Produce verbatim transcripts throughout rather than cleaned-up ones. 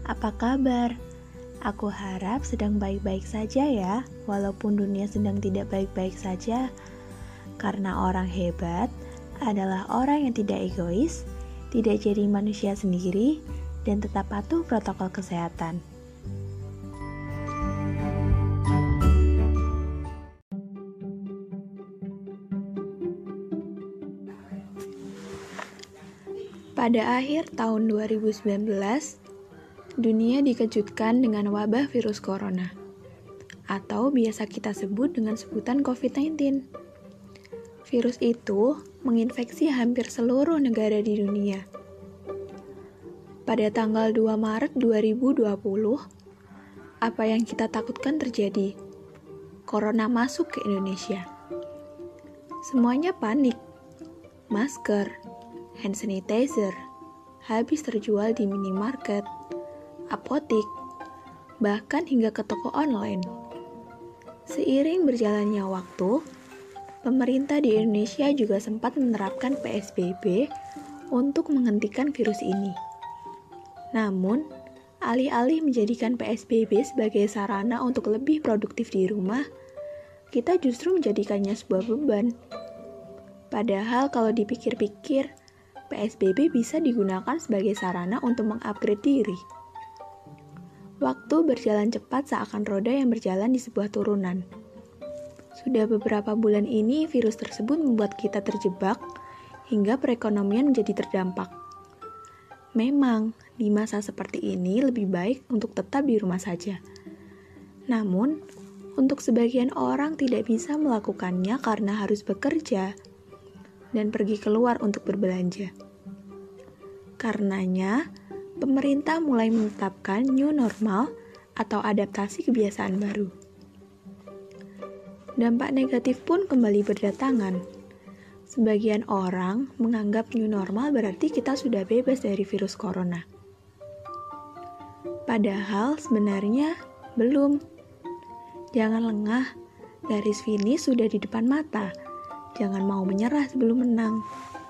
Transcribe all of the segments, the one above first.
apa kabar? Aku harap sedang baik-baik saja ya, walaupun dunia sedang tidak baik-baik saja. Karena orang hebat adalah orang yang tidak egois, tidak jadi manusia sendiri, dan tetap patuh protokol kesehatan. Pada akhir tahun dua ribu sembilan belas, dunia dikejutkan dengan wabah virus corona, atau biasa kita sebut dengan sebutan covid sembilan belas. Virus itu menginfeksi hampir seluruh negara di dunia. Pada tanggal dua Maret dua ribu dua puluh, apa yang kita takutkan terjadi. Corona masuk ke Indonesia. Semuanya panik. Masker, hand sanitizer, habis terjual di minimarket, apotik, bahkan hingga ke toko online. Seiring berjalannya waktu, pemerintah di Indonesia juga sempat menerapkan P S B B untuk menghentikan virus ini. Namun, alih-alih menjadikan P S B B sebagai sarana untuk lebih produktif di rumah, kita justru menjadikannya sebuah beban. Padahal kalau dipikir-pikir, P S B B bisa digunakan sebagai sarana untuk mengupgrade diri. Waktu berjalan cepat seakan roda yang berjalan di sebuah turunan. Sudah beberapa bulan ini virus tersebut membuat kita terjebak hingga perekonomian menjadi terdampak. Memang, di masa seperti ini lebih baik untuk tetap di rumah saja. Namun, untuk sebagian orang tidak bisa melakukannya karena harus bekerja dan pergi keluar untuk berbelanja. Karenanya, pemerintah mulai menetapkan new normal atau adaptasi kebiasaan baru. Dampak negatif pun kembali berdatangan. Sebagian orang menganggap new normal berarti kita sudah bebas dari virus corona. Padahal sebenarnya belum. Jangan lengah, garis finish sudah di depan mata. Jangan mau menyerah sebelum menang.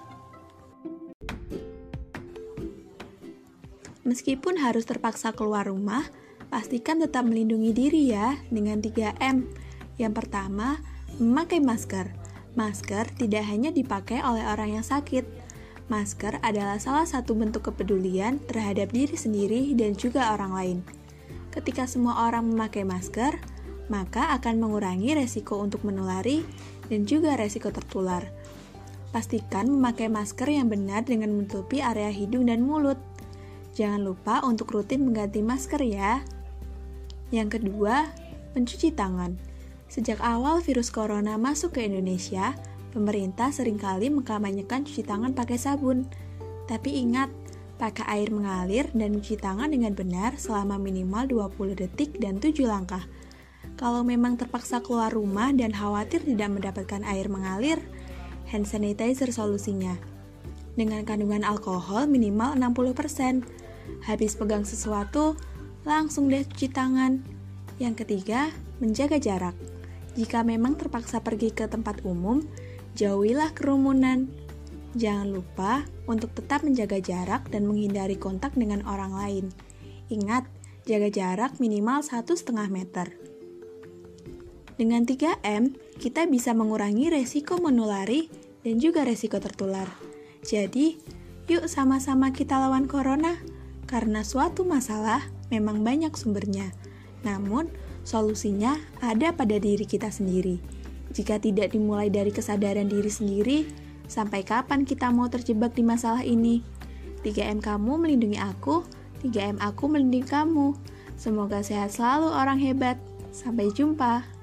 Meskipun harus terpaksa keluar rumah, pastikan tetap melindungi diri ya dengan tiga M. Yang pertama, memakai masker. Masker tidak hanya dipakai oleh orang yang sakit. Masker adalah salah satu bentuk kepedulian terhadap diri sendiri dan juga orang lain. Ketika semua orang memakai masker, maka akan mengurangi resiko untuk menulari dan juga resiko tertular. Pastikan memakai masker yang benar dengan menutupi area hidung dan mulut. Jangan lupa untuk rutin mengganti masker ya. Yang kedua, mencuci tangan. Sejak awal virus corona masuk ke Indonesia, pemerintah seringkali mengkampanyekan cuci tangan pakai sabun. Tapi ingat, pakai air mengalir dan mencuci tangan dengan benar selama minimal dua puluh detik dan tujuh langkah. Kalau memang terpaksa keluar rumah dan khawatir tidak mendapatkan air mengalir, hand sanitizer solusinya. Dengan kandungan alkohol minimal enam puluh persen. Habis pegang sesuatu, langsung deh cuci tangan. Yang ketiga, menjaga jarak. Jika memang terpaksa pergi ke tempat umum, jauhilah kerumunan. Jangan lupa untuk tetap menjaga jarak dan menghindari kontak dengan orang lain. Ingat, jaga jarak minimal satu koma lima meter. Dengan tiga M, kita bisa mengurangi resiko menulari dan juga resiko tertular. Jadi, yuk sama-sama kita lawan corona, karena suatu masalah memang banyak sumbernya. Namun, solusinya ada pada diri kita sendiri. Jika tidak dimulai dari kesadaran diri sendiri, sampai kapan kita mau terjebak di masalah ini? tiga M kamu melindungi aku, tiga M aku melindungi kamu. Semoga sehat selalu orang hebat. Sampai jumpa.